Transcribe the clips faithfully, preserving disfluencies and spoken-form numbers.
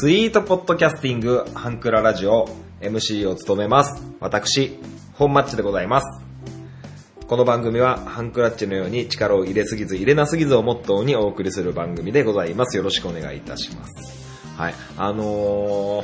スイートポッドキャスティングハンクララジオ エムシー を務めます私本マッチでございます。この番組はハンクラッチのように力を入れすぎず入れなすぎずをモットーにお送りする番組でございます。よろしくお願いいたします。はい、あのー、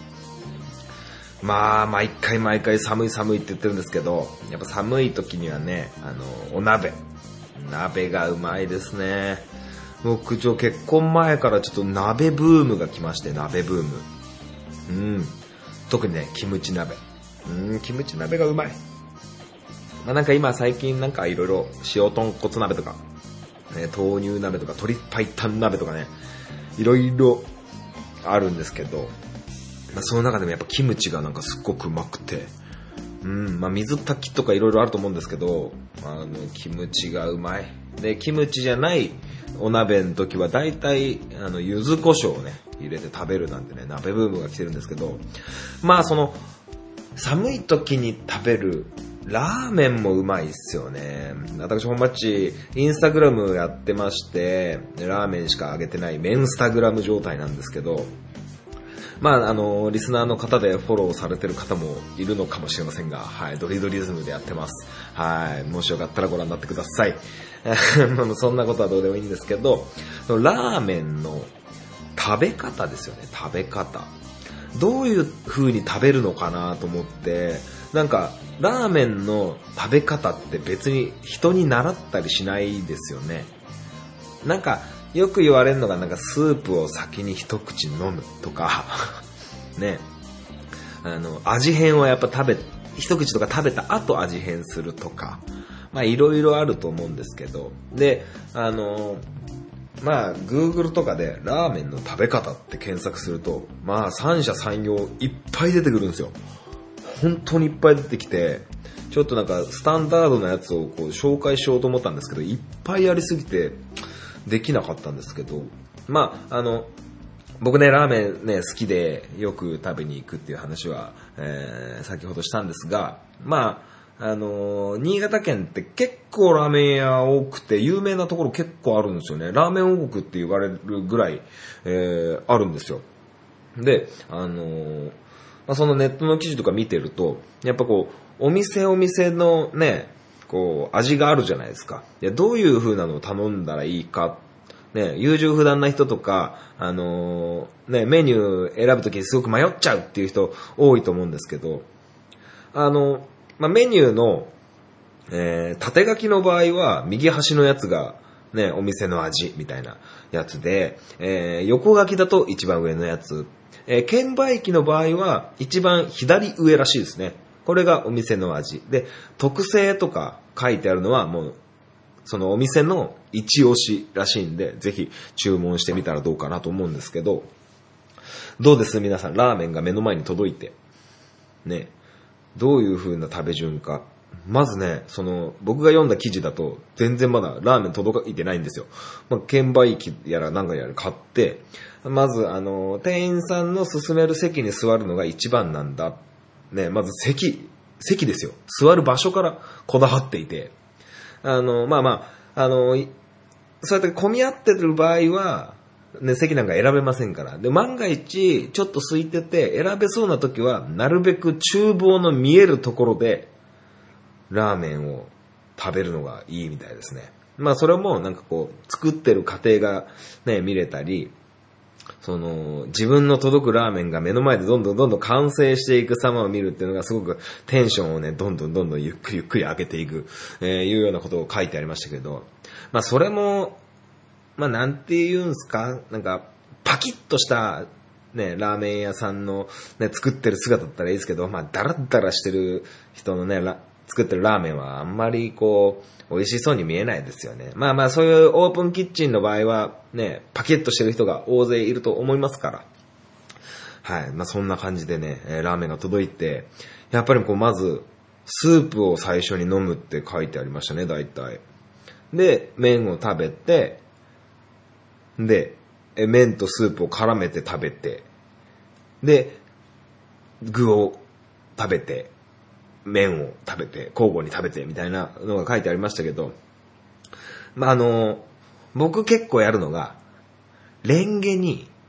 まあ毎回毎回寒い寒いって言ってるんですけど、やっぱ寒い時にはね、あのー、お鍋鍋がうまいですね。僕ちょ結婚前からちょっと鍋ブームが来まして、鍋ブーム。うん。特にね、キムチ鍋。うん、キムチ鍋がうまい。まあなんか今最近なんかいろいろ塩豚骨鍋とか、ね、豆乳鍋とか鶏白湯鍋とかね、いろいろあるんですけど、まあその中でもやっぱキムチがなんかすっごくうまくて、うん、まあ水炊きとかいろいろあると思うんですけど、あのキムチがうまい。で、キムチじゃないお鍋の時はだいたいあの柚子胡椒をね入れて食べるなんてね、鍋ブームが来てるんですけど、まあその寒い時に食べるラーメンもうまいっすよね。私本マッチインスタグラムやってまして、ラーメンしか上げてないメンスタグラム状態なんですけど、まああのリスナーの方でフォローされてる方もいるのかもしれませんが、はい、ドリドリズムでやってます。はい、もしよかったらご覧になってください。そんなことはどうでもいいんですけど、ラーメンの食べ方ですよね。食べ方どういう風に食べるのかなと思って、なんかラーメンの食べ方って別に人に習ったりしないですよね。なんかよく言われるのが、なんかスープを先に一口飲むとかね、あの味変をやっぱ食べ一口とか食べた後味変するとか、まあいろいろあると思うんですけど、であのまあ Google とかでラーメンの食べ方って検索すると、まあ三者三様いっぱい出てくるんですよ。本当にいっぱい出てきて、ちょっとなんかスタンダードなやつをこう紹介しようと思ったんですけど、いっぱいありすぎてできなかったんですけど、まああの僕ねラーメンね好きでよく食べに行くっていう話は、えー、先ほどしたんですが、まああのー、新潟県って結構ラーメン屋多くて有名なところ結構あるんですよね。ラーメン王国って言われるぐらい、えー、あるんですよ。であのーまあ、そのネットの記事とか見てると、やっぱこうお店お店のねこう味があるじゃないですか。でどういう風なのを頼んだらいいかね、優柔不断な人とか、あのー、ね、メニュー選ぶときにすごく迷っちゃうっていう人多いと思うんですけど、あの、まあ、メニューの、えー、縦書きの場合は右端のやつがね、お店の味みたいなやつで、えー、横書きだと一番上のやつ、えー、券売機の場合は一番左上らしいですね。これがお店の味で、特製とか書いてあるのはもうそのお店の一押しらしいんで、ぜひ注文してみたらどうかなと思うんですけど、どうです皆さん、ラーメンが目の前に届いてね、どういう風な食べ順か。まずね、その僕が読んだ記事だと全然まだラーメン届いてないんですよ。まあ、券売機やら何かやら買って、まずあの店員さんの勧める席に座るのが一番なんだね。まず席席ですよ。座る場所からこだわっていて、あの、まあまあ、あの、そうやって混み合ってる場合は、ね、席なんか選べませんから。で、万が一、ちょっと空いてて、選べそうな時は、なるべく厨房の見えるところで、ラーメンを食べるのがいいみたいですね。まあ、それも、なんかこう、作ってる過程がね、見れたり、その自分の届くラーメンが目の前でどんどんどんどん完成していく様を見るっていうのがすごくテンションをねどんどんどんどんゆっくりゆっくり上げていく、えー、いうようなことを書いてありましたけど、まあそれもまあなんて言うんすか、なんかパキッとしたねラーメン屋さんのね作ってる姿だったらいいですけど、まあダラダラしてる人のね作ってるラーメンはあんまりこう美味しそうに見えないですよね。まあまあそういうオープンキッチンの場合はね、パキッとしてる人が大勢いると思いますから。はい。まあそんな感じでね、ラーメンが届いて、やっぱりこうまず、スープを最初に飲むって書いてありましたね、大体。で、麺を食べて、で、麺とスープを絡めて食べて、で、具を食べて、麺を食べて交互に食べてみたいなのが書いてありましたけど、まああの僕結構やるのがレンゲに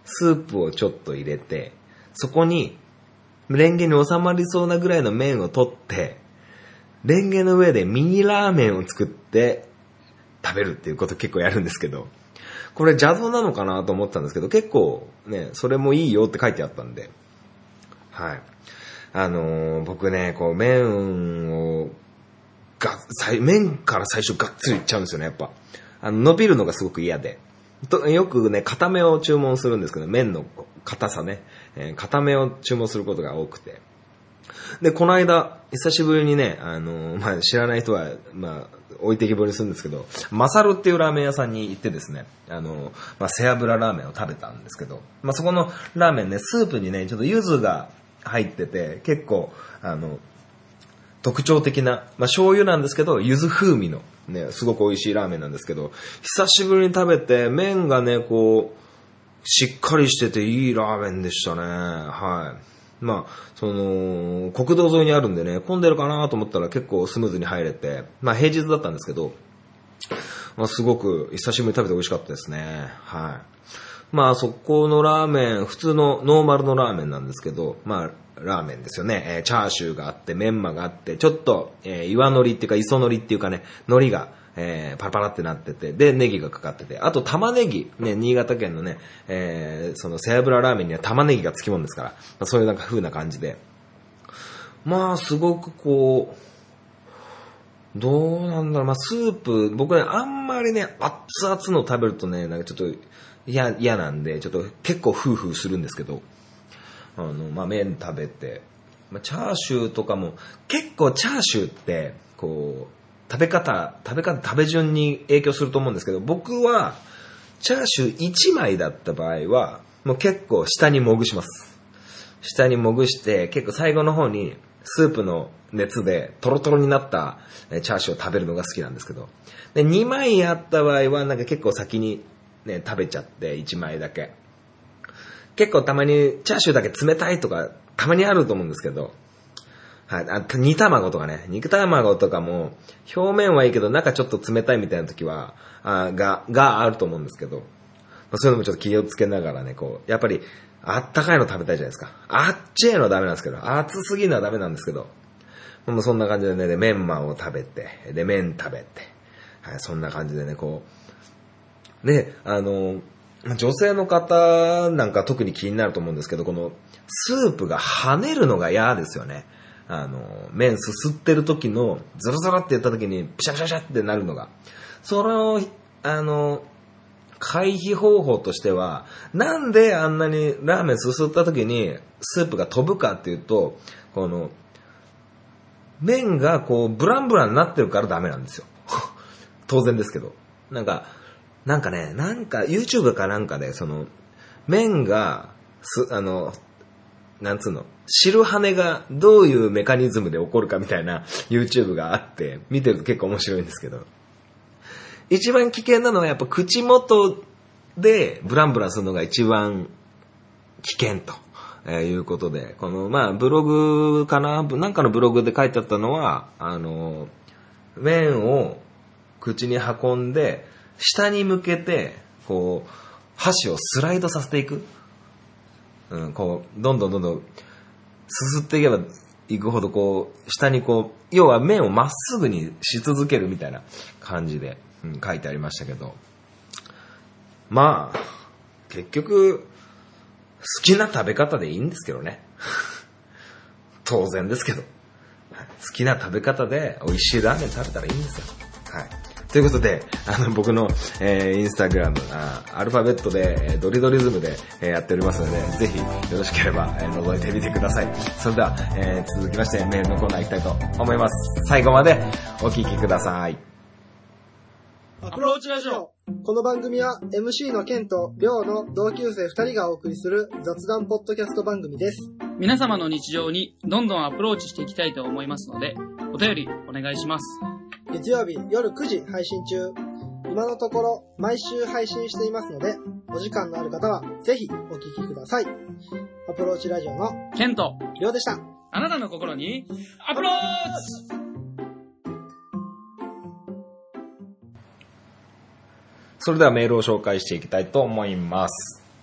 スープをちょっと入れて、そこにレンゲに収まりそうなぐらいの麺を取って、レンゲの上でミニラーメンを作って食べるっていうこと結構やるんですけど、これ邪道なのかなと思ったんですけど、結構ね、それもいいよって書いてあったんで、はい。あのー、僕ね、こう麺をが、麺から最初がっつりいっちゃうんですよね、やっぱ。あの、伸びるのがすごく嫌で。とよくね、固めを注文するんですけど、麺の硬さね、えー、固めを注文することが多くて。で、この間、久しぶりにね、あのー、まあ、知らない人は、まあ、置いてきぼりするんですけど、マサルっていうラーメン屋さんに行ってですね、あのー、まあ、背脂ラーメンを食べたんですけど、まあ、そこのラーメンね、スープにね、ちょっと柚子が入ってて、結構、あの、特徴的な、まあ、醤油なんですけど、柚子風味の、ね、すごく美味しいラーメンなんですけど、久しぶりに食べて、麺がね、こう、しっかりしてていいラーメンでしたね。はい。まあ、その、国道沿いにあるんでね、混んでるかなと思ったら結構スムーズに入れて、まあ平日だったんですけど、まあすごく久しぶりに食べて美味しかったですね。はい。まあそこのラーメン、普通のノーマルのラーメンなんですけど、まあ、ラーメンですよね、えー、チャーシューがあってメンマがあってちょっと、えー、岩海苔っていうか磯海苔っていうかね海苔が、えー、パラパラってなっててでネギがかかっててあと玉ねぎね新潟県のね、えー、その背脂ラーメンには玉ねぎがつきもんですから、まあ、そういうなんか風な感じでまあすごくこうどうなんだろうまあスープ僕ねあんまりね熱々の食べるとねなんかちょっと嫌嫌なんでちょっと結構フーフーするんですけどあの、まあ、麺食べて、まあ、チャーシューとかも、結構チャーシューって、こう、食べ方、食べ方、食べ順に影響すると思うんですけど、僕は、チャーシューいちまいだった場合は、もう結構下にもぐします。下にもぐして、結構最後の方に、スープの熱でトロトロになったチャーシューを食べるのが好きなんですけど、で、にまいあった場合は、なんか結構先にね、食べちゃって、いちまいだけ。結構たまにチャーシューだけ冷たいとかたまにあると思うんですけど、はい、あ煮卵とかね、肉卵とかも表面はいいけど中ちょっと冷たいみたいな時はあががあると思うんですけど、まあ、そういうのもちょっと気をつけながらね、こうやっぱりあったかいの食べたいじゃないですか。あっちいのはダメなんですけど、熱すぎるのはダメなんですけど、もうそんな感じでね、でメンマを食べて、で麺食べて、はい、そんな感じでねこうであの。女性の方なんか特に気になると思うんですけど、このスープが跳ねるのが嫌ですよね。あの、麺すすってる時のズルズルってやった時にピシャピシャピシャってなるのが。その、あの、回避方法としては、なんであんなにラーメンすすった時にスープが飛ぶかっていうと、この、麺がこうブランブランになってるからダメなんですよ。当然ですけど。なんか、なんかね、なんか YouTube かなんかでその麺がすあのなんつうの汁跳ねがどういうメカニズムで起こるかみたいな YouTube があって見てると結構面白いんですけど、一番危険なのはやっぱ口元でブランブランするのが一番危険と。えー、いうことでこのまあブログかななんかのブログで書いてあったのはあの麺を口に運んで下に向けてこう箸をスライドさせていく、うん、こうどんどんどんどんすすっていけばいくほどこう下にこう要は麺をまっすぐにし続けるみたいな感じで、うん、書いてありましたけど、まあ結局好きな食べ方でいいんですけどね当然ですけど、好きな食べ方で美味しいラーメン食べたらいいんですよ。はい。ということで、あの、僕の、えー、インスタグラム、あアルファベットで、えー、ドリドリズムで、えー、やっておりますので、ぜひ、よろしければ、えー、覗いてみてください。それでは、えー、続きまして、メールのコーナー行きたいと思います。最後までお聞きください。 アプローチラジオ。この番組は エムシー のケンとリョウの同級生ふたりがお送りする雑談ポッドキャスト番組です。 皆様の日常にどんどんアプローチしていきたいと思いますので、お便りお願いします。 月曜日夜くじ配信中。今のところ毎週配信していますので、お時間のある方はぜひお聞きください。アプローチラジオのケンとリョウでした。 あなたの心にアプローチ。 それではメールを紹介していきたいと思います。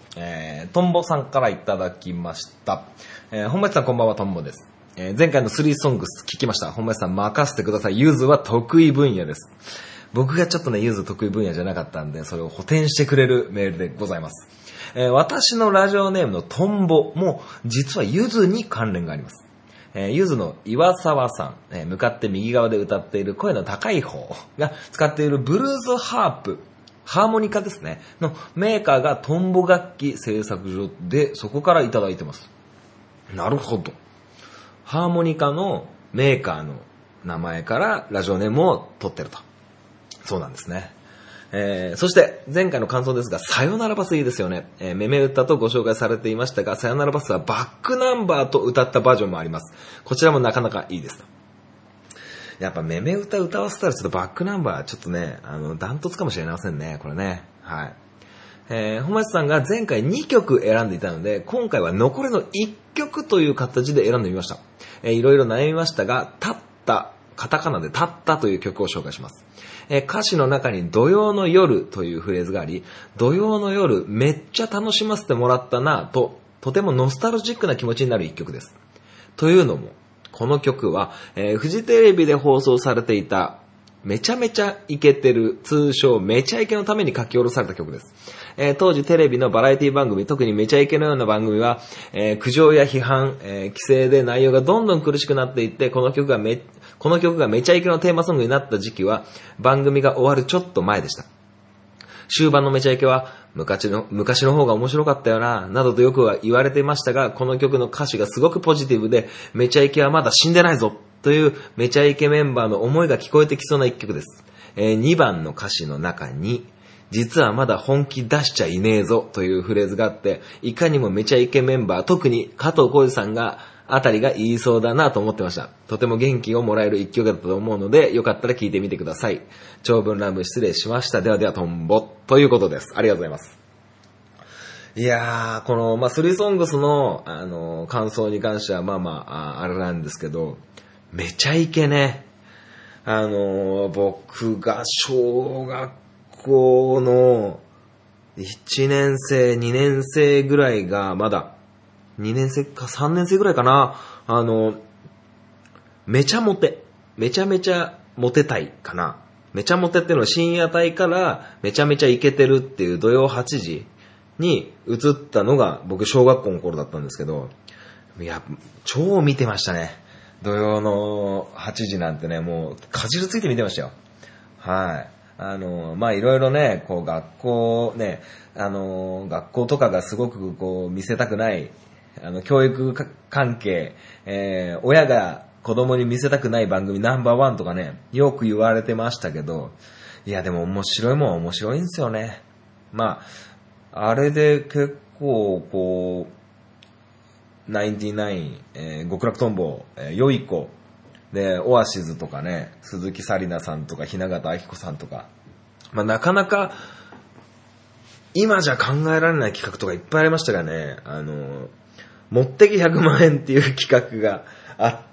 えー、トンボさんからいただきました。えー、本町さんこんばんは、トンボです。えー、前回のスリーソングス聞きました。本町さん任せてください。ユーズは得意分野です。僕がちょっとね、ユーズ得意分野じゃなかったんで、それを補填してくれるメールでございます。えー、私のラジオネームのトンボも実はユズに関連があります。えー、ユズの岩沢さん、えー、向かって右側で歌っている声の高い方が使っているブルーズハープ、ハーモニカですね、のメーカーがトンボ楽器製作所で、そこからいただいてます。なるほど。ハーモニカのメーカーの名前からラジオネームを取ってると。そうなんですね。えー、そして前回の感想ですが、さよならバスいいですよね。えー、メメ歌とご紹介されていましたが、さよならバスはバックナンバーと歌ったバージョンもあります。こちらもなかなかいいですと。やっぱメメ歌歌わせたらちょっとバックナンバーちょっとね、あのダントツかもしれませんね、これね。はい。えー、本町さんが前回にきょく選んでいたので、今回は残りのいっきょくという形で選んでみました。えー、いろいろ悩みましたが、たったカタカナでたったという曲を紹介します。えー、歌詞の中に土曜の夜というフレーズがあり、土曜の夜めっちゃ楽しませてもらったなと、とてもノスタルジックな気持ちになる一曲です。というのも、この曲は、えー、フジテレビで放送されていためちゃめちゃイケてる、通称めちゃイケのために書き下ろされた曲です。えー、当時テレビのバラエティ番組、特にめちゃイケのような番組は、えー、苦情や批判、えー、規制で内容がどんどん苦しくなっていって、この曲がめ、この曲がめちゃイケのテーマソングになった時期は、番組が終わるちょっと前でした。終盤のめちゃイケは、昔の、昔の方が面白かったよな、などとよくは言われていましたが、この曲の歌詞がすごくポジティブで、めちゃイケはまだ死んでないぞ、というめちゃイケメンバーの思いが聞こえてきそうな一曲です。えー、にばんの歌詞の中に、実はまだ本気出しちゃいねえぞというフレーズがあって、いかにもめちゃイケメンバー、特に加藤浩次さんがあたりが言いそうだなと思ってました。とても元気をもらえる一曲だったと思うので、よかったら聞いてみてください。長文乱文失礼しました。ではではトンボということです。ありがとうございます。いやー、この、まあ、スリーソングスの、あのー、感想に関しては、まあまあ、あれなんですけど、めちゃイケね。あのー、僕が小学校のいちねん生、にねん生ぐらいが、まだ、にねん生かさんねん生ぐらいかな。あの、めちゃモテ。めちゃめちゃモテたいかな。めちゃモテっていうのは深夜帯からめちゃめちゃイケてるっていう土曜はちじに映ったのが僕小学校の頃だったんですけど、いや、超見てましたね。土曜のはちじなんてね、もうかじりついて見てましたよ。はい。あの、まあ、いろいろね、こう学校ね、あの、学校とかがすごくこう見せたくない、あの、教育関係、えー、親が子供に見せたくない番組ナンバーワンとかね、よく言われてましたけど、いやでも面白いもんは面白いんですよね。まあ、あれで結構こう、ナインティナイン、えー、極楽とんぼ、えー、よい子、で、オアシズとかね、鈴木紗理奈さんとか、雛形あきこさんとか、まあなかなか、今じゃ考えられない企画とかいっぱいありましたがね、あの、持ってきひゃくまんえんっていう企画があって、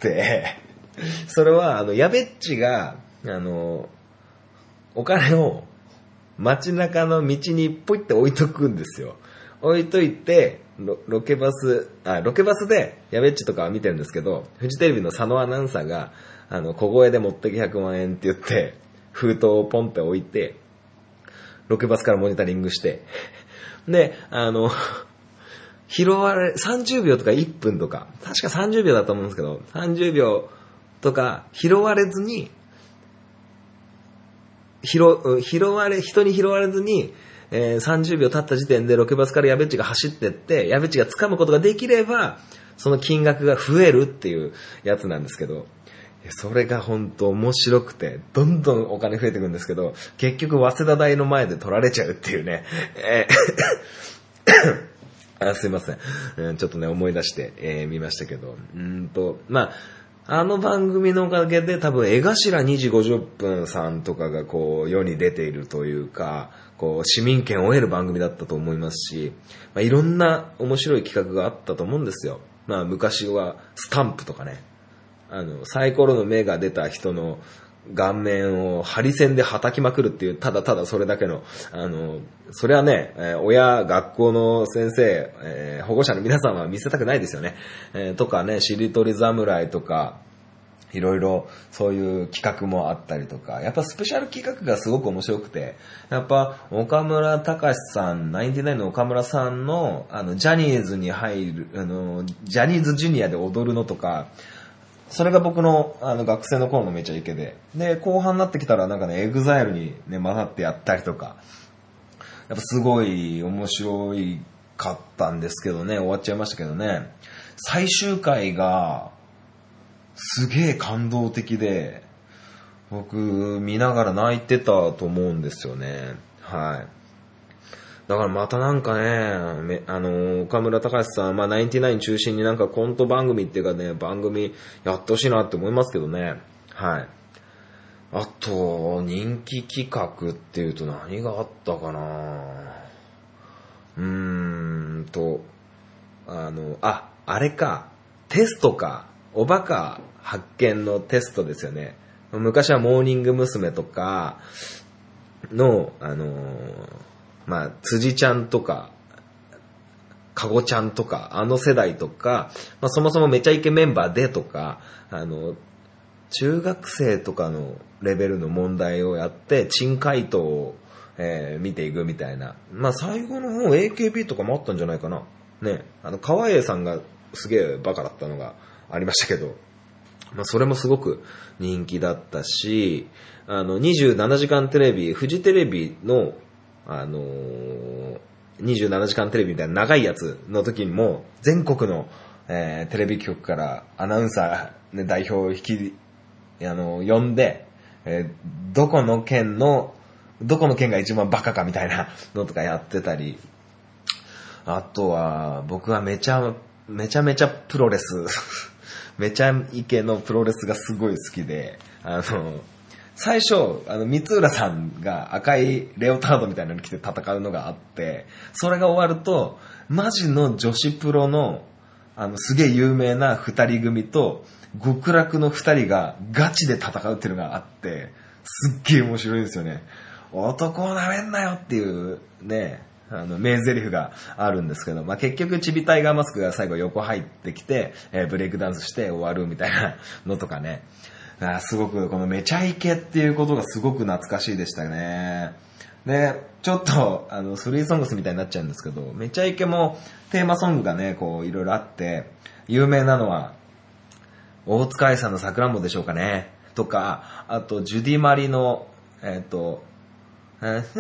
それは、あの、やべっちが、あの、お金を街中の道にポイって置いとくんですよ。置いといて、ロ, ロケバス、あ、ロケバスでやべっちとかは見てるんですけど、フジテレビの佐野アナウンサーが、あの、小声で持ってきひゃくまんえんって言って、封筒をポンって置いて、ロケバスからモニタリングして、で、あの、拾われ、さんじゅうびょうとかいっぷんとか、確かさんじゅうびょうだと思うんですけど、さんじゅうびょうとか拾われずに、拾、拾われ、人に拾われずに、えー、さんじゅうびょう経った時点でロケバスからやべっちが走ってって、やべっちが掴むことができれば、その金額が増えるっていうやつなんですけど、それが本当面白くて、どんどんお金増えていくんですけど、結局早稲田大の前で取られちゃうっていうね。えー、あすいません、うん。ちょっとね、思い出して、えー、見ましたけど。うんと、まあ、あの番組のおかげで多分、江頭にじごじゅっぷんさんとかがこう、世に出ているというか、こう、市民権を得る番組だったと思いますし、まあ、いろんな面白い企画があったと思うんですよ。まあ、昔はスタンプとかね。あの、サイコロの目が出た人の顔面を針線で叩きまくるっていう、ただただそれだけの、あの、それはね、えー、親、学校の先生、えー、保護者の皆さんは見せたくないですよね。えー、とかね、しりとり侍とか、いろいろそういう企画もあったりとか、やっぱスペシャル企画がすごく面白くて、やっぱ岡村隆史さん、ナインティナインの岡村さんの、あの、ジャニーズに入る、あの、ジャニーズジュニアで踊るのとか、それが僕の、あの、学生の頃のめちゃイケで。で、後半になってきたらなんかね、エグザイルにね、混ざってやったりとか、やっぱすごい面白いかったんですけどね、終わっちゃいましたけどね。最終回が、すげえ感動的で、僕、見ながら泣いてたと思うんですよね。はい。だからまたなんかね、あの、岡村隆史さん、まあ、ナインティナイン中心になんかコント番組っていうかね、番組やってほしいなって思いますけどね。はい。あと、人気企画っていうと何があったかなうーんと、あの、あ、あれか、テストか、おバカ発見のテストですよね。昔はモーニング娘。とかの、あのー、まあ、辻ちゃんとか、かごちゃんとか、あの世代とか、まあ、そもそもめちゃイケメンバーでとか、あの、中学生とかのレベルの問題をやって、珍回答を、えー、見ていくみたいな。まあ、最後の方 エーケービー とかもあったんじゃないかな。ね。あの、川栄さんがすげえバカだったのがありましたけど、まあ、それもすごく人気だったし、あの、にじゅうななじかんテレビ、フジテレビの、あのー、にじゅうななじかんテレビみたいな長いやつの時にも、全国の、えー、テレビ局からアナウンサー、ね、代表を引き、あのー、呼んで、えー、どこの県の、どこの県が一番バカかみたいなのとかやってたり、あとは、僕はめちゃ、めちゃめちゃプロレス、めちゃイケのプロレスがすごい好きで、あの、最初、あの、三浦さんが赤いレオタードみたいなの着て戦うのがあって、それが終わると、マジの女子プロの、あの、すげえ有名な二人組と、極楽の二人がガチで戦うっていうのがあって、すっげえ面白いですよね。男を舐めんなよっていうね、あの、名台詞があるんですけど、まあ、結局チビタイガーマスクが最後横入ってきて、えー、ブレイクダンスして終わるみたいなのとかね。あ、すごくこのめちゃイケっていうことがすごく懐かしいでしたね。で、ちょっとあのスリーソングスみたいになっちゃうんですけど、めちゃイケもテーマソングがね、こういろいろあって、有名なのは大塚愛さんのさくらんぼでしょうかね。とか、あとジュディマリのえっとって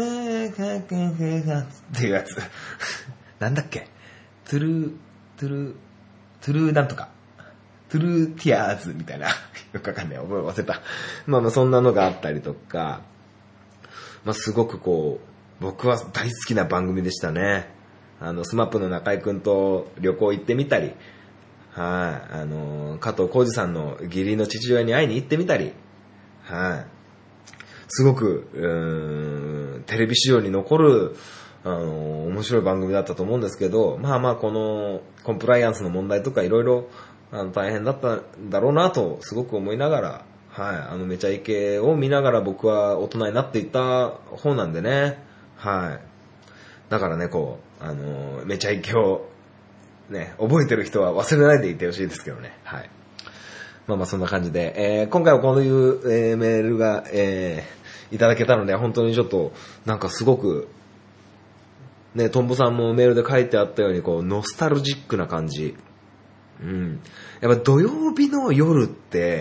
いうやつなんだっけ、トゥルートゥルートゥルーなんとかトゥルーティアーズみたいなよくわかんない、覚え忘れた。まあまあそんなのがあったりとか、まあすごくこう僕は大好きな番組でしたね。あのスマップの中居くんと旅行行ってみたり、はい、あの加藤浩次さんの義理の父親に会いに行ってみたり、はい、すごくうーんテレビ史上に残るあの面白い番組だったと思うんですけど、まあまあこのコンプライアンスの問題とかいろいろ大変だったんだろうなとすごく思いながら、はい、あのめちゃイケを見ながら僕は大人になっていった方なんでね、はい、だからねこうあのめちゃイケをね覚えてる人は忘れないでいてほしいですけどね、はい。まあまあそんな感じで、えー、今回はこういう、えー、メールが、えー、いただけたので本当にちょっとなんかすごくね、トンボさんもメールで書いてあったようにこうノスタルジックな感じ、うん、やっぱ土曜日の夜って、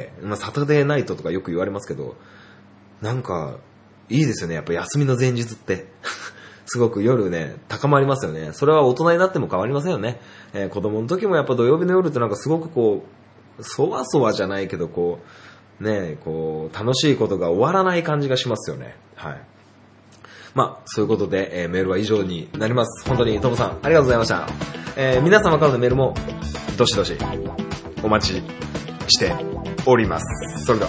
まあ、サタデーナイトとかよく言われますけど、なんかいいですよね、やっぱ休みの前日ってすごく夜ね高まりますよね。それは大人になっても変わりませんよね、えー、子供の時もやっぱ土曜日の夜ってなんかすごくこうそわそわじゃないけどこうねこう楽しいことが終わらない感じがしますよね。はい。まあそういうことで、えー、メールは以上になります。本当にトモさんありがとうございました。えー、皆様からのメールもどしどしお待ちしております。それでは。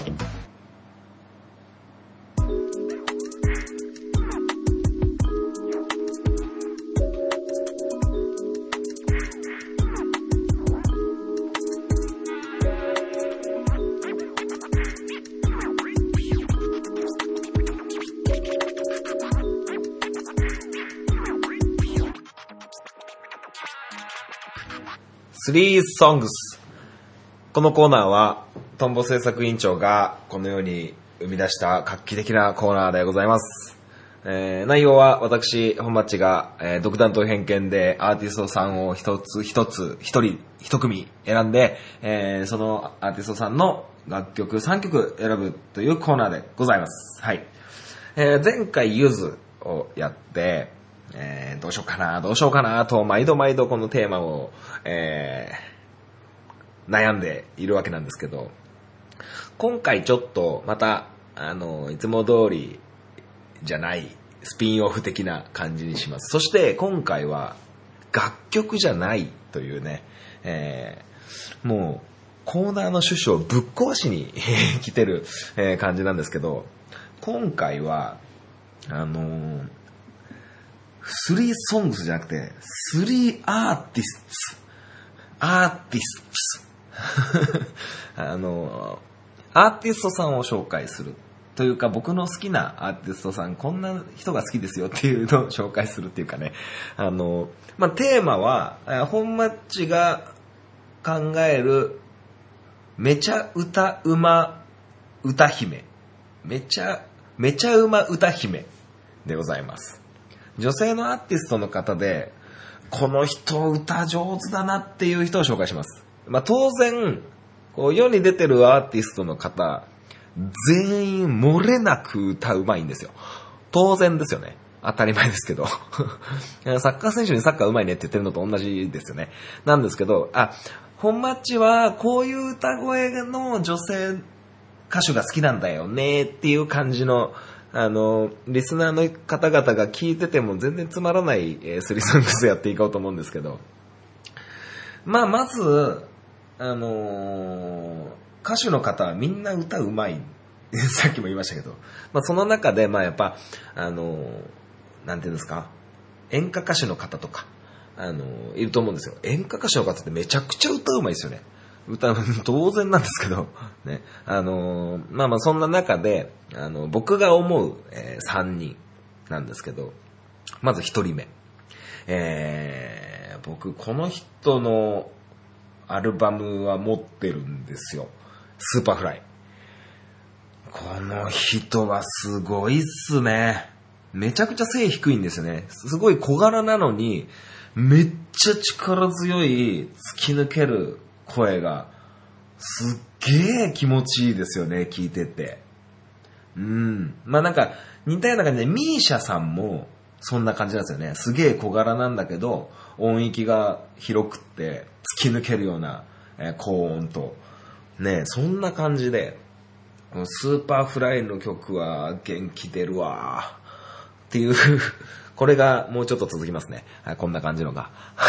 スリーソングス。このコーナーはトンボ制作委員長がこのように生み出した画期的なコーナーでございます。えー、内容は私本町が、えー、独断と偏見でアーティストさんを一つ一つ一人一組選んで、えー、そのアーティストさんの楽曲さんきょく選ぶというコーナーでございます。はい。えー、前回ゆずをやって、えー、どうしようかなどうしようかなと毎度毎度このテーマを、えー、悩んでいるわけなんですけど、今回ちょっとまたあのいつも通りじゃないスピンオフ的な感じにします。そして今回は楽曲じゃないというね、えー、もうコーナーの趣旨をぶっ壊しに来てる感じなんですけど、今回はあのー、スリーソングスじゃなくてスリーアーティストアーティストあのー、アーティストさんを紹介するというか、僕の好きなアーティストさん、こんな人が好きですよっていうのを紹介するっていうかね、あの、まあ、テーマは、本マッチが考える、めちゃ歌うま歌姫。めちゃ、めちゃうま歌姫でございます。女性のアーティストの方で、この人歌上手だなっていう人を紹介します。まあ、当然、こう世に出てるアーティストの方、全員漏れなく歌うまいんですよ。当然ですよね。当たり前ですけど。サッカー選手にサッカーうまいねって言ってるのと同じですよね。なんですけど、あ、本マッチはこういう歌声の女性歌手が好きなんだよねっていう感じの、あの、リスナーの方々が聞いてても全然つまらない、えー、スリーソングスやっていこうと思うんですけど。まあ、まず、あのー、歌手の方はみんな歌うまい。さっきも言いましたけど。まあその中で、まあやっぱ、あの、なんていうんですか、演歌歌手の方とか、あの、いると思うんですよ。演歌歌手の方ってめちゃくちゃ歌うまいですよね。歌う、当然なんですけど、ね。あの、まあまあそんな中で、あの、僕が思う、えー、さんにんなんですけど、まずひとりめ。えー、僕、この人のアルバムは持ってるんですよ。スーパーフライ。この人はすごいっすね。めちゃくちゃ背低いんですよね。すごい小柄なのに、めっちゃ力強い突き抜ける声が、すっげー気持ちいいですよね、聞いてて。うん。まあなんか、似たような感じで、ミーシャさんも、そんな感じなんですよね。すげー小柄なんだけど、音域が広くって、突き抜けるような、えー、高音と、ね、そんな感じで、スーパーフライの曲は元気出るわっていう、これがもうちょっと続きますね。こんな感じのが。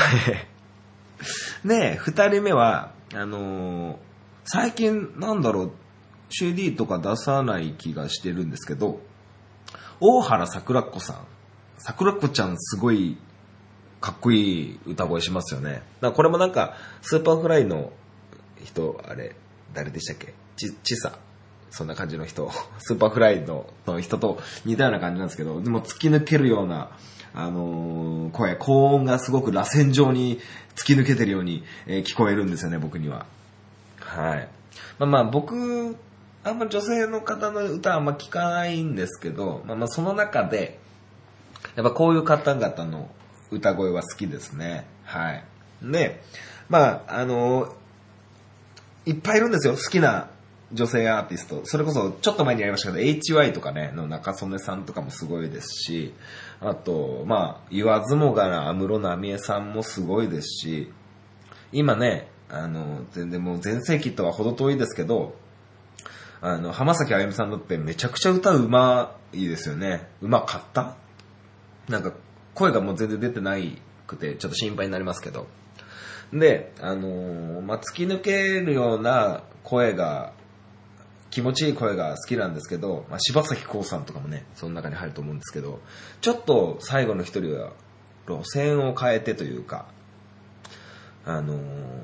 で、二人目は、あのー、最近なんだろう、シーディー とか出さない気がしてるんですけど、大原桜子さん。桜子ちゃんすごいかっこいい歌声しますよね。だからこれもなんか、スーパーフライの人、あれ、誰でしたっけ？ち、ちさ。そんな感じの人。スーパーフライの人と似たような感じなんですけど、でも突き抜けるような、あのー、声、高音がすごく螺旋状に突き抜けてるように、えー、聞こえるんですよね、僕には。はい。まあまあ僕、あんま女性の方の歌はあんま聞かないんですけど、まあまあその中で、やっぱこういう方々の歌声は好きですね。はい。で、まあ、あのー、いっぱいいるんですよ、好きな女性アーティスト。それこそちょっと前にやりましたけど エイチワイ とかねの中曽根さんとかもすごいですし、あとまあ言わずもがな安室奈美恵さんもすごいですし、今ねあの全然もう全盛期とは程遠いですけど、あの浜崎あゆみさんだってめちゃくちゃ歌うまいですよね。うまかった？なんか声がもう全然出てないくてちょっと心配になりますけど、であのー、まあ突き抜けるような声が気持ちいい声が好きなんですけど、まあ、柴咲コウさんとかもね、その中に入ると思うんですけど、ちょっと最後の一人は路線を変えてというか、あのー、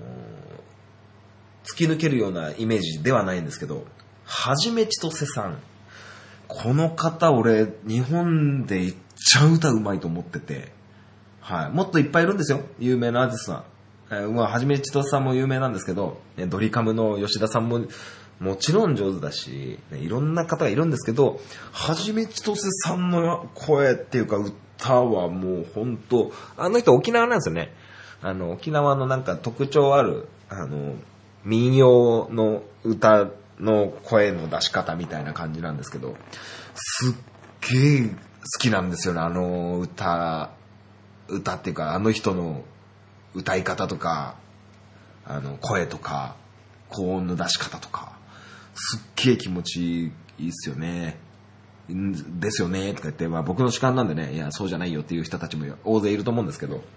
突き抜けるようなイメージではないんですけど、はじめちとせさん。この方俺、日本でいっちゃ歌うまいと思ってて、はい。もっといっぱいいるんですよ。有名なアーティストさん。 えー、まあ、はじめちとさんも有名なんですけど、ドリカムの吉田さんももちろん上手だし、ね、いろんな方がいるんですけど、はじめちとせさんの声っていうか歌はもう本当、あの人沖縄なんですよね。あの、沖縄のなんか特徴ある、あの、民謡の歌の声の出し方みたいな感じなんですけど、すっげえ好きなんですよね、あの歌、歌っていうか、あの人の歌い方とか、あの、声とか、高音の出し方とか、すっげえ気持ちいいっすよね。ですよね、とか言って、まあ僕の主観なんでね、いや、そうじゃないよっていう人たちも大勢いると思うんですけど、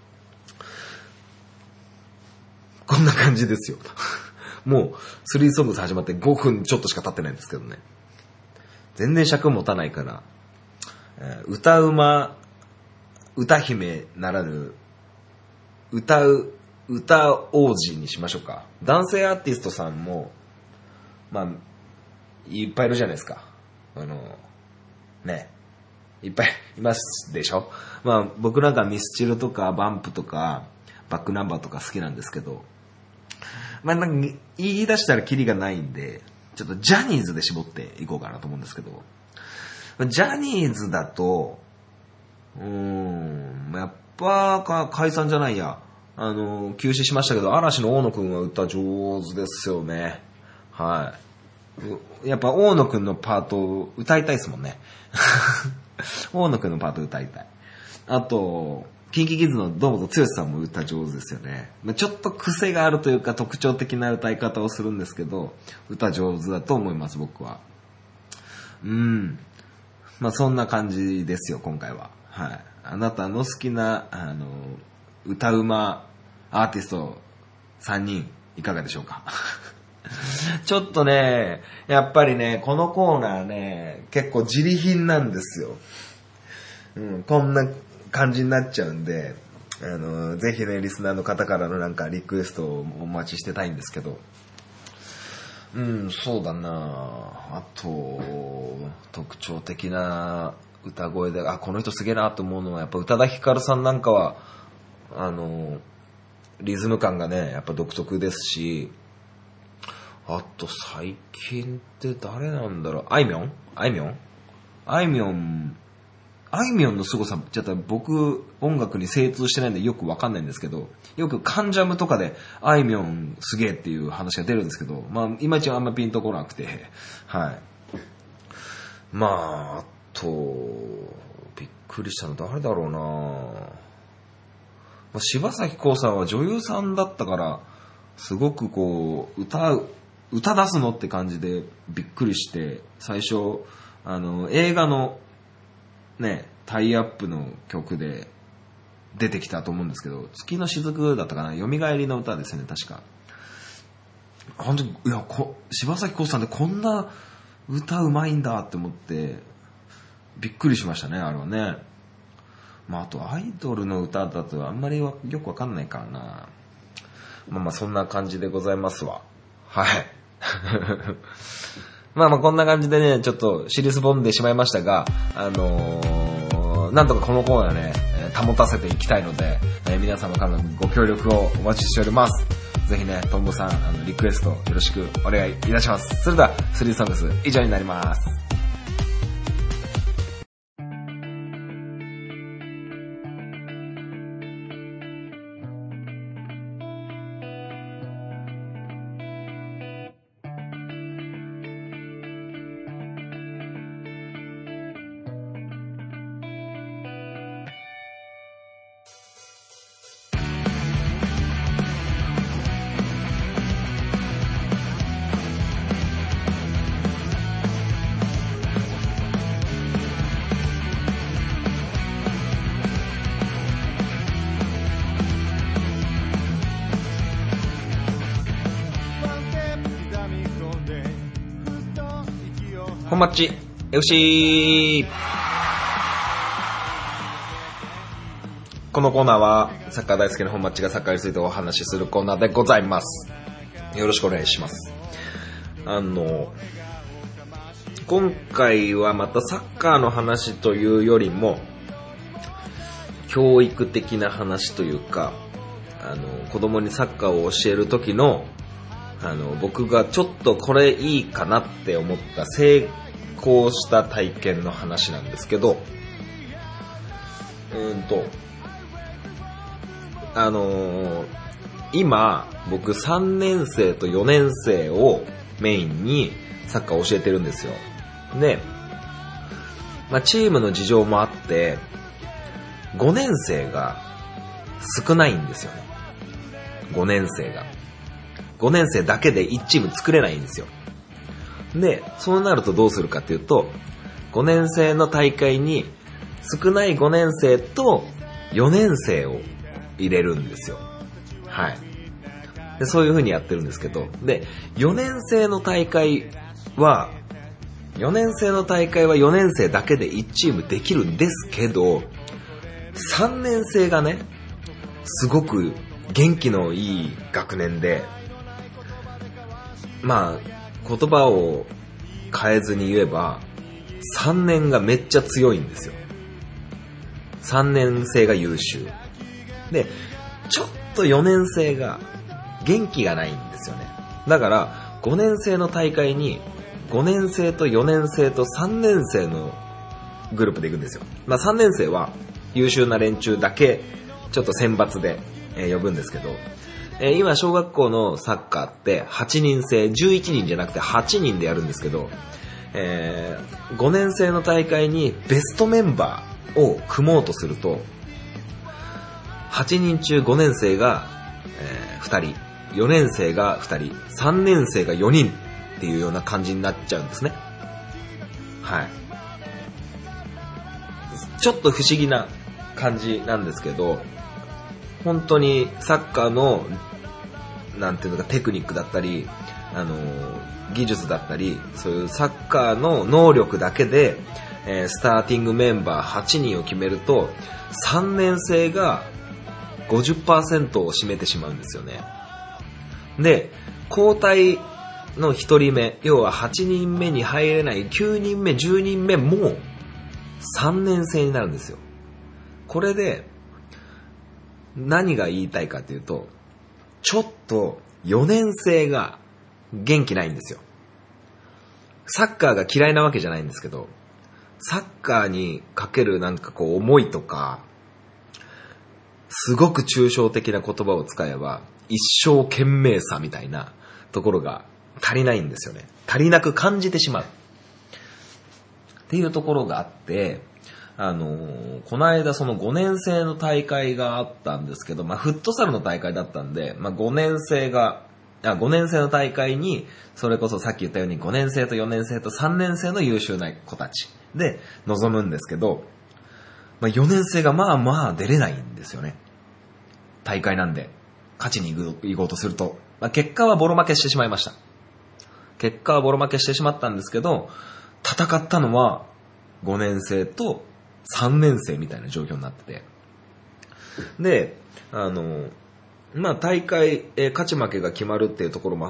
こんな感じですよ。もう、スリーソングス始まってごふんちょっとしか経ってないんですけどね。全然尺持たないから、えー、歌うま、歌姫ならぬ、歌う、歌王子にしましょうか。男性アーティストさんも、まあ、いっぱいいるじゃないですか。あの、ね。いっぱいいますでしょ。まあ、僕なんかミスチルとかバンプとか、バックナンバーとか好きなんですけど、まあ、なんか言い出したらキリがないんで、ちょっとジャニーズで絞っていこうかなと思うんですけど、ジャニーズだと、うーん、やっぱか解散じゃないや、あの、休止しましたけど、嵐の大野くんは歌上手ですよね。はい。やっぱ大野くんのパート歌いたいですもんね。大野くんのパート歌いたい。あと、キンキキッズの堂本剛さんも歌上手ですよね。ちょっと癖があるというか特徴的な歌い方をするんですけど、歌上手だと思います、僕は。うん。まあそんな感じですよ、今回は。はい。あなたの好きな、あの、歌うまアーティストさんにん、いかがでしょうか。ちょっとね、やっぱりね、このコーナーね、結構自利品なんですよ。うん、こんな感じになっちゃうんで、あの、ぜひね、リスナーの方からのなんかリクエストをお待ちしてたいんですけど、うん、そうだなあと、特徴的な歌声で、あ、この人すげえなと思うのは、やっぱ宇多田ヒカルさんなんかは、あの、リズム感がね、やっぱ独特ですし、あと最近って誰なんだろう、あいみょんあいみょんあいみょん、あいみょんの凄さ、ちょっと僕音楽に精通してないんでよくわかんないんですけど、よくカンジャムとかであいみょんすげえっていう話が出るんですけど、まあいまいちあんまピンとこなくて、はい。まあ、あと、びっくりしたの誰だろうな、まあ、柴咲コウさんは女優さんだったから、すごくこう、歌う、歌出すのって感じでびっくりして、最初、あの、映画のね、タイアップの曲で出てきたと思うんですけど、月の雫だったかな、蘇りの歌ですよね、確か。本当に、いや、こ柴咲コウさんってこんな歌うまいんだって思って、びっくりしましたね、あれはね。まあ、あとアイドルの歌だとあんまりよくわかんないからな。まあまあ、そんな感じでございますわ。はい。まあまあこんな感じでね、ちょっと尻すぼんでしまいましたが、あのー、なんとかこのコーナーね、保たせていきたいので、えー、皆様からのご協力をお待ちしております。ぜひね、トンボさん、あのリクエストよろしくお願いいたします。それでは、スリーソングス以上になります。本マッチ エフシー。 このコーナーはサッカー大好きな本マッチがサッカーについてお話しするコーナーでございます。よろしくお願いします。あの今回はまたサッカーの話というよりも教育的な話というか、 あの、子供にサッカーを教える時の、あの、僕がちょっとこれいいかなって思った成功した体験の話なんですけど、うーんと、あのー、今、僕さんねん生とよねん生をメインにサッカーを教えてるんですよ。で、まあ、チームの事情もあって、ごねん生が少ないんですよね。ごねん生が。ごねん生だけでいちチーム作れないんですよ。で、そうなるとどうするかっていうと、ごねん生の大会に少ないごねん生とよねん生を入れるんですよ。はい。で、そういう風にやってるんですけど、で、よねん生の大会は、よねん生の大会はよねん生だけでいちチームできるんですけど、さんねん生がね、すごく元気のいい学年で、まあ、言葉を変えずに言えば、さんねんがめっちゃ強いんですよ。さんねん生が優秀。で、ちょっとよねん生が元気がないんですよね。だから、ごねん生の大会に、ごねん生とよねん生とさんねん生のグループで行くんですよ。まあさんねん生は優秀な連中だけ、ちょっと選抜で、えー、呼ぶんですけど、えー、今小学校のサッカーってはちにん制、じゅういちにんじゃなくてはちにんでやるんですけど、えー、ごねん生の大会にベストメンバーを組もうとすると、はちにん中ごねん生が、えー、ふたり、よねん生がふたり、さんねん生がよにんっていうような感じになっちゃうんですね。はい。ちょっと不思議な感じなんですけど、本当にサッカーのなんていうのかテクニックだったり、あの技術だったり、そういうサッカーの能力だけで、えー、スターティングメンバーはちにんを決めると、さんねん生が ごじゅっパーセント を占めてしまうんですよね。で、交代のひとりめ、要ははちにんめに入れないきゅうにんめ、じゅうにんめもさんねん生になるんですよ。これで何が言いたいかというと、ちょっとよねん生が元気ないんですよ。サッカーが嫌いなわけじゃないんですけど、サッカーにかけるなんかこう思いとか、すごく抽象的な言葉を使えば一生懸命さみたいなところが足りないんですよね。足りなく感じてしまうっていうところがあって、あのー、この間そのごねん生の大会があったんですけど、まあフットサルの大会だったんで、まあごねん生が、あ、ごねん生の大会に、それこそさっき言ったようにごねん生とよねん生とさんねん生の優秀な子たちで臨むんですけど、まあよねん生がまあまあ出れないんですよね。大会なんで、勝ちに行こうとすると。まあ結果はボロ負けしてしまいました。結果はボロ負けしてしまったんですけど、戦ったのはごねん生とさんねん生みたいな状況になってて。で、あの、まあ大会、えー、勝ち負けが決まるっていうところもあって、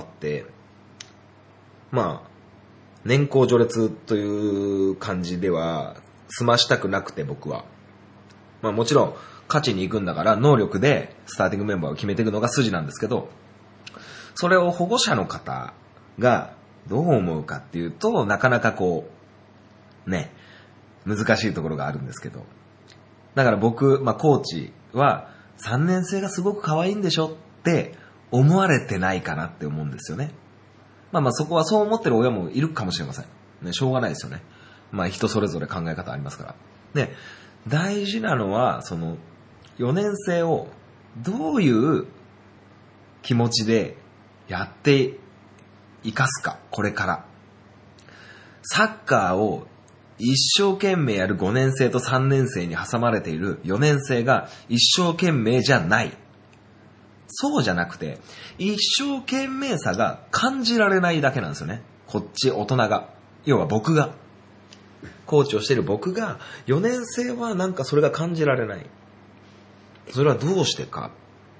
まあ、年功序列という感じでは済ましたくなくて僕は。まあもちろん勝ちに行くんだから能力でスターティングメンバーを決めていくのが筋なんですけど、それを保護者の方がどう思うかっていうと、なかなかこう、ね、難しいところがあるんですけど。だから僕、まあコーチはさんねん生がすごく可愛いんでしょって思われてないかなって思うんですよね。まあまあそこはそう思ってる親もいるかもしれません。ね、しょうがないですよね。まあ人それぞれ考え方ありますから。で、大事なのは、その、よねん生をどういう気持ちでやって生かすか、これから。サッカーを一生懸命やるごねん生とさんねん生に挟まれているよねん生が一生懸命じゃない。そうじゃなくて、一生懸命さが感じられないだけなんですよね。こっち大人が。要は僕が。コーチをしている僕が、よねん生はなんかそれが感じられない。それはどうしてか。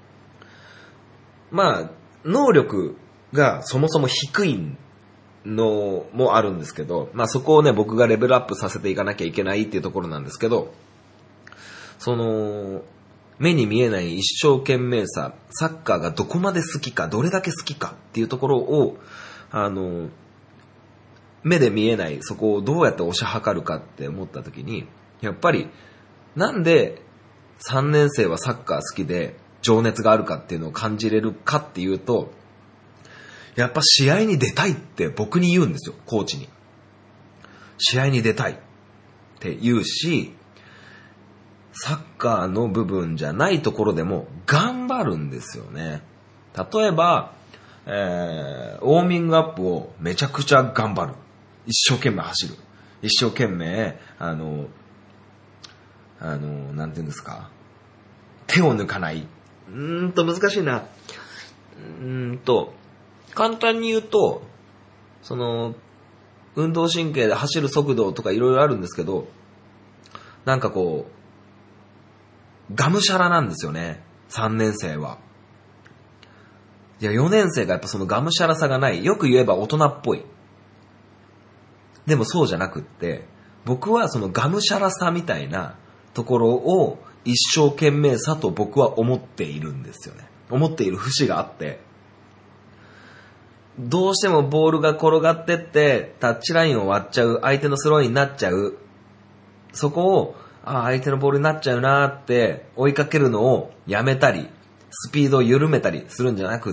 まあ、能力がそもそも低いのもあるんですけど、まあそこをね、僕がレベルアップさせていかなきゃいけないっていうところなんですけど、その、 目に見えない一生懸命さ、サッカーがどこまで好きか、どれだけ好きかっていうところを、あの、目で見えないそこをどうやって推し量るかって思った時に、やっぱりなんでさんねん生はサッカー好きで情熱があるかっていうのを感じれるかっていうと、やっぱ試合に出たいって僕に言うんですよ、コーチに。試合に出たいって言うし、サッカーの部分じゃないところでも頑張るんですよね。例えば、えー、ウォーミングアップをめちゃくちゃ頑張る。一生懸命走る。一生懸命、あの、あの、なんていうんですか。手を抜かない。うーんと難しいな。うーんと、簡単に言うと、その、運動神経で走る速度とかいろいろあるんですけど、なんかこう、がむしゃらなんですよね。さんねん生は。いや、よねん生がやっぱそのがむしゃらさがない。よく言えば大人っぽい。でもそうじゃなくって、僕はそのがむしゃらさみたいなところを一生懸命さと僕は思っているんですよね。思っている節があって、どうしてもボールが転がってってタッチラインを割っちゃう、相手のスローになっちゃう、そこをあ相手のボールになっちゃうなーって追いかけるのをやめたり、スピードを緩めたりするんじゃなくって、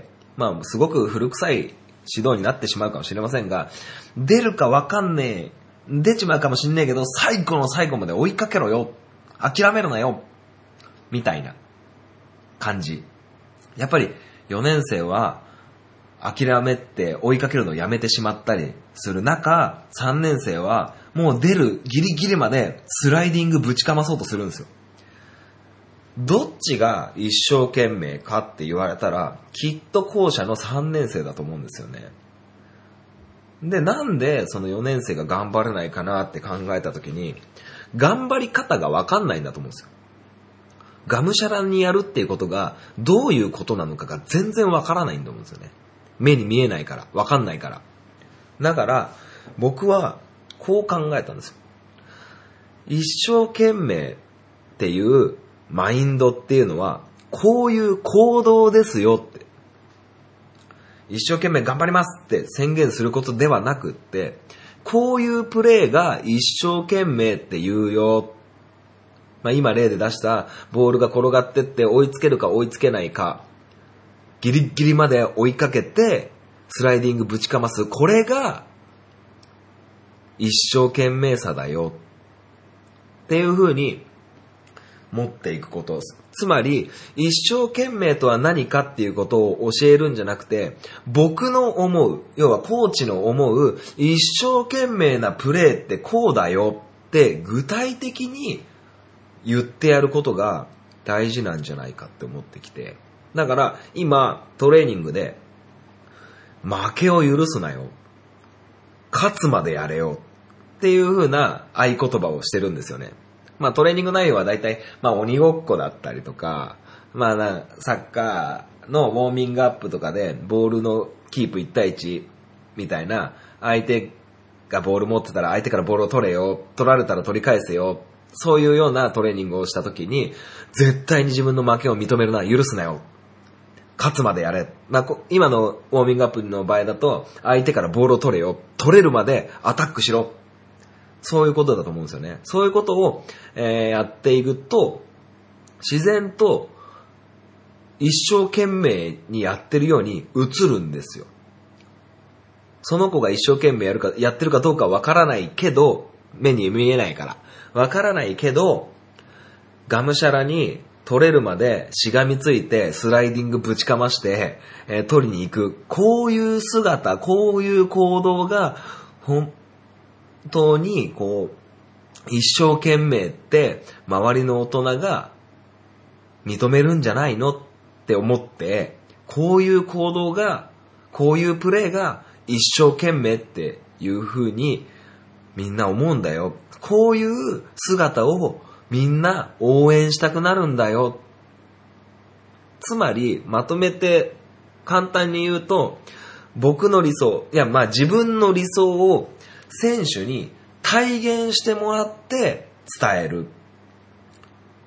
まあすごく古臭い指導になってしまうかもしれませんが、出るかわかんねえ、出ちまうかもしんねえけど、最後の最後まで追いかけろよ、諦めるなよ、みたいな感じ。やっぱりよねん生は諦めて追いかけるのをやめてしまったりする中、さんねん生はもう出るギリギリまでスライディングぶちかまそうとするんですよ。どっちが一生懸命かって言われたら、きっと後者のさんねん生だと思うんですよね。で、なんでそのよねん生が頑張れないかなって考えたときに、頑張り方がわかんないんだと思うんですよ。がむしゃらにやるっていうことがどういうことなのかが全然わからないんだと思うんですよね。目に見えないから、わかんないから。だから僕はこう考えたんですよ。一生懸命っていうマインドっていうのはこういう行動ですよって、一生懸命頑張りますって宣言することではなくって、こういうプレーが一生懸命って言うよ。まあ今例で出したボールが転がってって追いつけるか追いつけないか、ギリギリまで追いかけてスライディングぶちかます、これが一生懸命さだよっていう風に持っていくこと。つまり一生懸命とは何かっていうことを教えるんじゃなくて、僕の思う、要はコーチの思う一生懸命なプレーってこうだよって具体的に言ってやることが大事なんじゃないかって思ってきて、だから今トレーニングで負けを許すなよ、勝つまでやれよっていう風な合言葉をしてるんですよね。まあトレーニング内容はだいたいまあ鬼ごっこだったりとか、まあなサッカーのウォーミングアップとかでボールのキープいち対いちみたいな、相手がボール持ってたら相手からボールを取れよ、取られたら取り返せよ、そういうようなトレーニングをしたときに、絶対に自分の負けを認めるな、許すなよ、勝つまでやれ。まあ、今のウォーミングアップの場合だと、相手からボールを取れよ、取れるまでアタックしろ。そういうことだと思うんですよね。そういうことを、えー、やっていくと、自然と一生懸命にやってるように映るんですよ。その子が一生懸命やるか、やってるかどうかわからないけど、目に見えないから。わからないけど、がむしゃらに取れるまでしがみついてスライディングぶちかまして、えー、取りに行く。こういう姿、こういう行動が本当にこう一生懸命って周りの大人が認めるんじゃないのって思って、こういう行動が、こういうプレーが一生懸命っていう風にみんな思うんだよ。こういう姿をみんな応援したくなるんだよ。つまりまとめて簡単に言うと、僕の理想、いやまあ自分の理想を選手に体現してもらって伝える。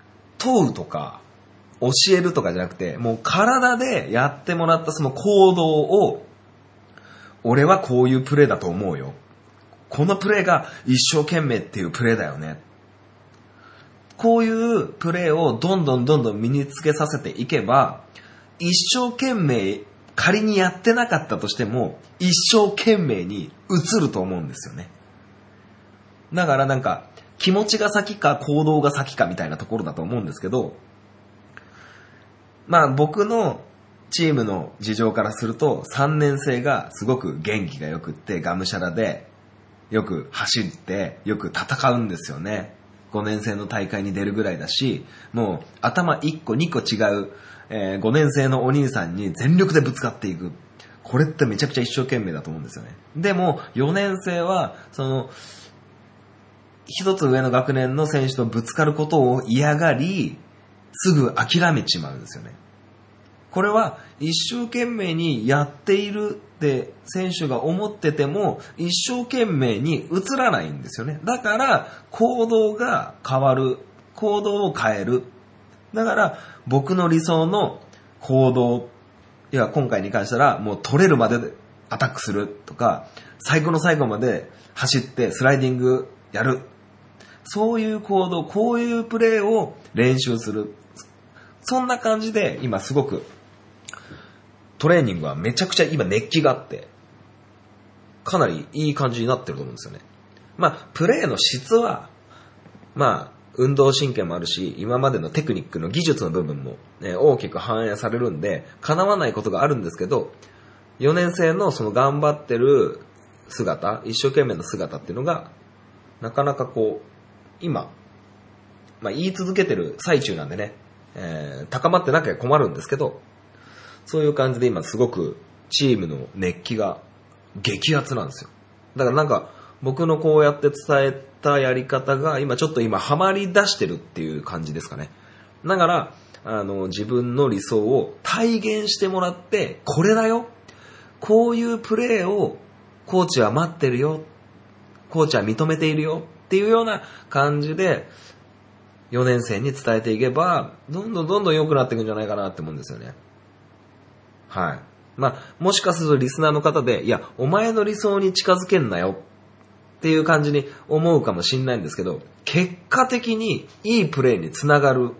問うとか、教えるとかじゃなくて、もう体でやってもらったその行動を、俺はこういうプレーだと思うよ。このプレーが一生懸命っていうプレーだよね。こういうプレーをどんどんどんどん身につけさせていけば、一生懸命仮にやってなかったとしても、一生懸命に移ると思うんですよね。だからなんか、気持ちが先か行動が先かみたいなところだと思うんですけど、まあ僕のチームの事情からすると、さんねん生がすごく元気がよくって、がむしゃらで、よく走って、よく戦うんですよね。ごねん生の大会に出るぐらいだし、もう頭いっこにこ違う、えー、ごねん生のお兄さんに全力でぶつかっていく。これってめちゃくちゃ一生懸命だと思うんですよね。でもよねん生はその一つ上の学年の選手とぶつかることを嫌がり、すぐ諦めちまうんですよね。これは一生懸命にやっているって選手が思ってても一生懸命に移らないんですよね。だから行動が変わる。行動を変える。だから僕の理想の行動、いや今回に関したらもう取れるまでアタックするとか、最後の最後まで走ってスライディングやる。そういう行動、こういうプレーを練習する。そんな感じで今すごくトレーニングはめちゃくちゃ今熱気があって、かなりいい感じになってると思うんですよね。まあ、プレーの質は、まあ、運動神経もあるし、今までのテクニックの技術の部分も、ね、大きく反映されるんで、叶わないことがあるんですけど、よねん生のその頑張ってる姿、一生懸命の姿っていうのが、なかなかこう、今、まあ言い続けてる最中なんでね、えー、高まってなきゃ困るんですけど、そういう感じで今すごくチームの熱気が激アツなんですよ。だからなんか僕のこうやって伝えたやり方が今ちょっと今ハマり出してるっていう感じですかね。だからあの自分の理想を体現してもらって、これだよ、こういうプレーをコーチは待ってるよ、コーチは認めているよっていうような感じでよねん生に伝えていけば、どんどんどんどん良くなっていくんじゃないかなって思うんですよね。はい。まあ、もしかするとリスナーの方で、いや、お前の理想に近づけんなよっていう感じに思うかもしれないんですけど、結果的にいいプレーにつながる。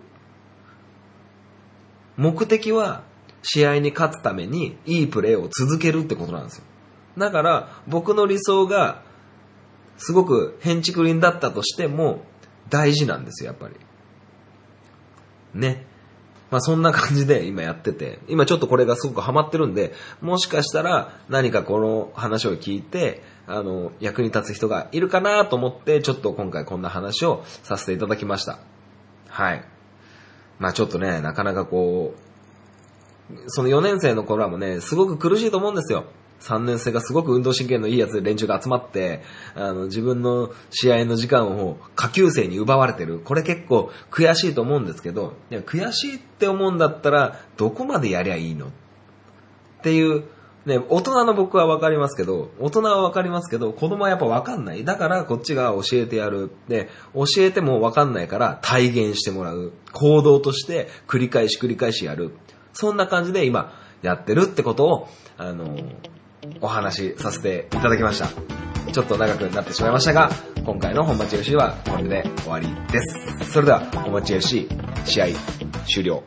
目的は試合に勝つためにいいプレーを続けるってことなんですよ。だから僕の理想がすごくヘンチクリンだったとしても大事なんですよ、やっぱり。ね。まあそんな感じで今やってて、今ちょっとこれがすごくハマってるんで、もしかしたら何かこの話を聞いて、あの、役に立つ人がいるかなと思って、ちょっと今回こんな話をさせていただきました。はい。まあちょっとね、なかなかこう、そのよねん生の頃はもね、すごく苦しいと思うんですよ。さんねん生がすごく運動神経のいいやつ、連中が集まって、あの、自分の試合の時間を下級生に奪われてる。これ結構悔しいと思うんですけど、いや悔しいって思うんだったら、どこまでやりゃいいのっていう、ね、大人の僕はわかりますけど、大人はわかりますけど、子供はやっぱわかんない。だからこっちが教えてやる。で、教えてもわかんないから体現してもらう。行動として繰り返し繰り返しやる。そんな感じで今やってるってことを、あの、お話しさせていただきました。ちょっと長くなってしまいましたが、今回の本町 エフシー はこれで終わりです。それでは本町 エフシー 試合終了。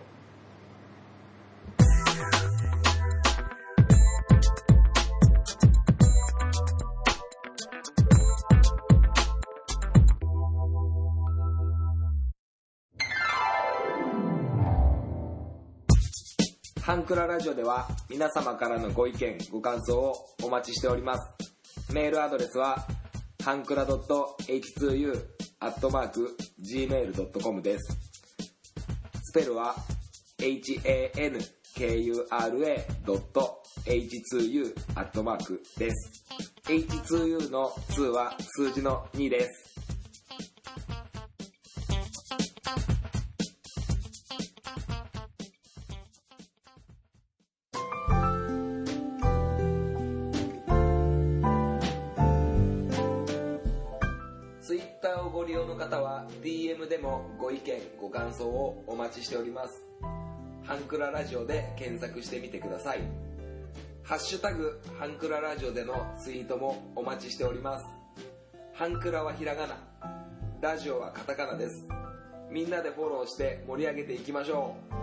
ハンクララジオでは皆様からのご意見ご感想をお待ちしております。メールアドレスはハンクラ エイチツーユー アットマーク ジーメール ドットコム です。スペルは エイチエーエヌケーユーアールエー ドット エイチツーユー アットマーク です。エイチツーユー のには数字のにです。ツイッターををご利用の方は ディーエム でもご意見ご感想をお待ちしております。ハンクララジオで検索してみてください。ハッシュタグハンクララジオでのツイートもお待ちしております。ハンクラはひらがな、ラジオはカタカナです。みんなでフォローして盛り上げていきましょう。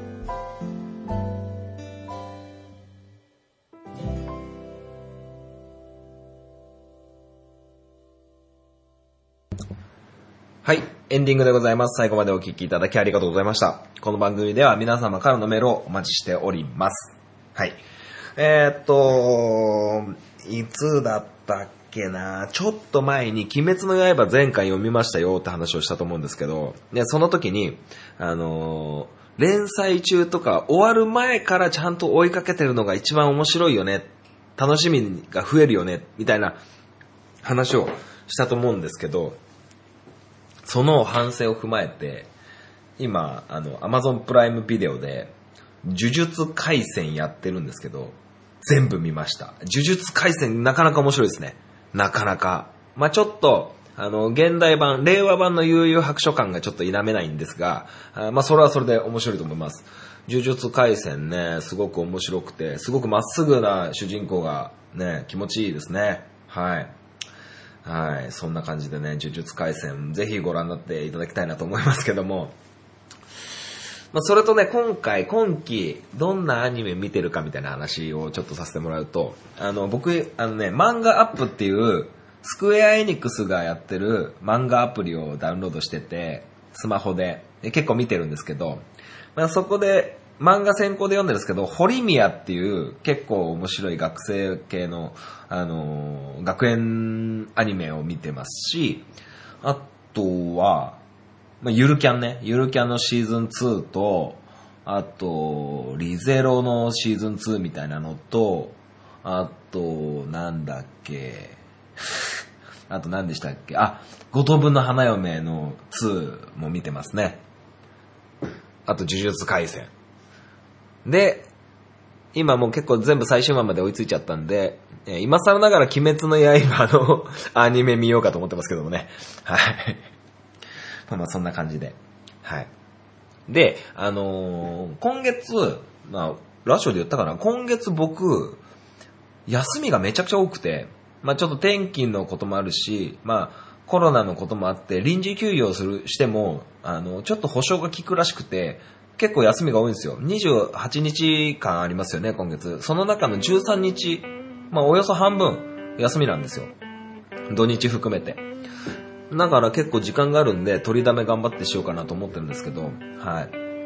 はい、エンディングでございます。最後までお聞きいただきありがとうございました。この番組では皆様からのメールをお待ちしております。はい。えー、っと、いつだったっけな、ちょっと前に鬼滅の刃前回読みましたよって話をしたと思うんですけど、で、その時に、あのー、連載中とか終わる前からちゃんと追いかけてるのが一番面白いよね、楽しみが増えるよね、みたいな話をしたと思うんですけど、その反省を踏まえて、今、あの、Amazon プライムビデオで、呪術廻戦やってるんですけど、全部見ました。呪術廻戦なかなか面白いですね。なかなか。まあ、ちょっと、あの、現代版、令和版の悠々白書感がちょっと否めないんですが、あまあ、それはそれで面白いと思います。呪術廻戦ね、すごく面白くて、すごくまっすぐな主人公がね、気持ちいいですね。はい。はい。そんな感じでね、呪術廻戦、ぜひご覧になっていただきたいなと思いますけども。まあ、それとね、今回、今期、どんなアニメ見てるかみたいな話をちょっとさせてもらうと、あの、僕、あのね、漫画アップっていう、スクエアエニックスがやってる漫画アプリをダウンロードしてて、スマホで、結構見てるんですけど、まあ、そこで、漫画先行で読んでるんですけど、ホリミアっていう結構面白い学生系の、あのー、学園アニメを見てますし、あとは、まあ、ゆるキャンね、ゆるキャンのシーズンツーと、あと、リゼロのシーズンツーみたいなのと、あと、なんだっけ、あと何でしたっけ、あ、五等分の花嫁のツーも見てますね。あと、呪術廻戦。で、今もう結構全部最終話まで追いついちゃったんで、えー、今更ながら鬼滅の刃のアニメ見ようかと思ってますけどもね。はい。まあまあそんな感じで。はい。で、あのー、今月、まあ、ラジオで言ったかな、今月僕、休みがめちゃくちゃ多くて、まあちょっと転勤のこともあるし、まあコロナのこともあって、臨時休業する、しても、あの、ちょっと保証が効くらしくて、結構休みが多いんですよ。にじゅうはちにちかんありますよね、今月。その中のじゅうさんにち、まあおよそ半分休みなんですよ。土日含めて。だから結構時間があるんで、取りだめ頑張ってしようかなと思ってるんですけど、はい。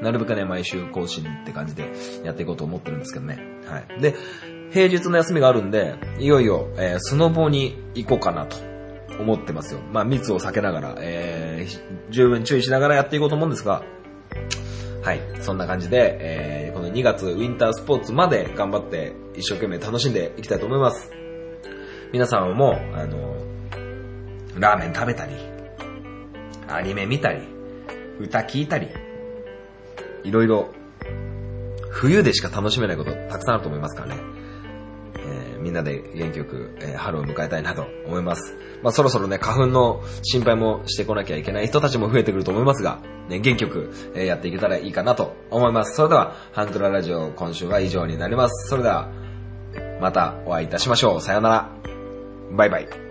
なるべくね、毎週更新って感じでやっていこうと思ってるんですけどね。はい。で、平日の休みがあるんで、いよいよ、えー、スノボに行こうかなと思ってますよ。まあ密を避けながら、えー、十分注意しながらやっていこうと思うんですが、はい。そんな感じで、えー、このにがつウィンタースポーツまで頑張って一生懸命楽しんでいきたいと思います。皆さんも、あの、ラーメン食べたり、アニメ見たり、歌聴いたり、いろいろ、冬でしか楽しめないことたくさんあると思いますからね。えー、みんなで元気よく、えー、春を迎えたいなと思います。まあそろそろね、花粉の心配もしてこなきゃいけない人たちも増えてくると思いますが、ね、元気よく、えー、やっていけたらいいかなと思います。それでは、ハンクララジオ今週は以上になります。それでは、またお会いいたしましょう。さよなら。バイバイ。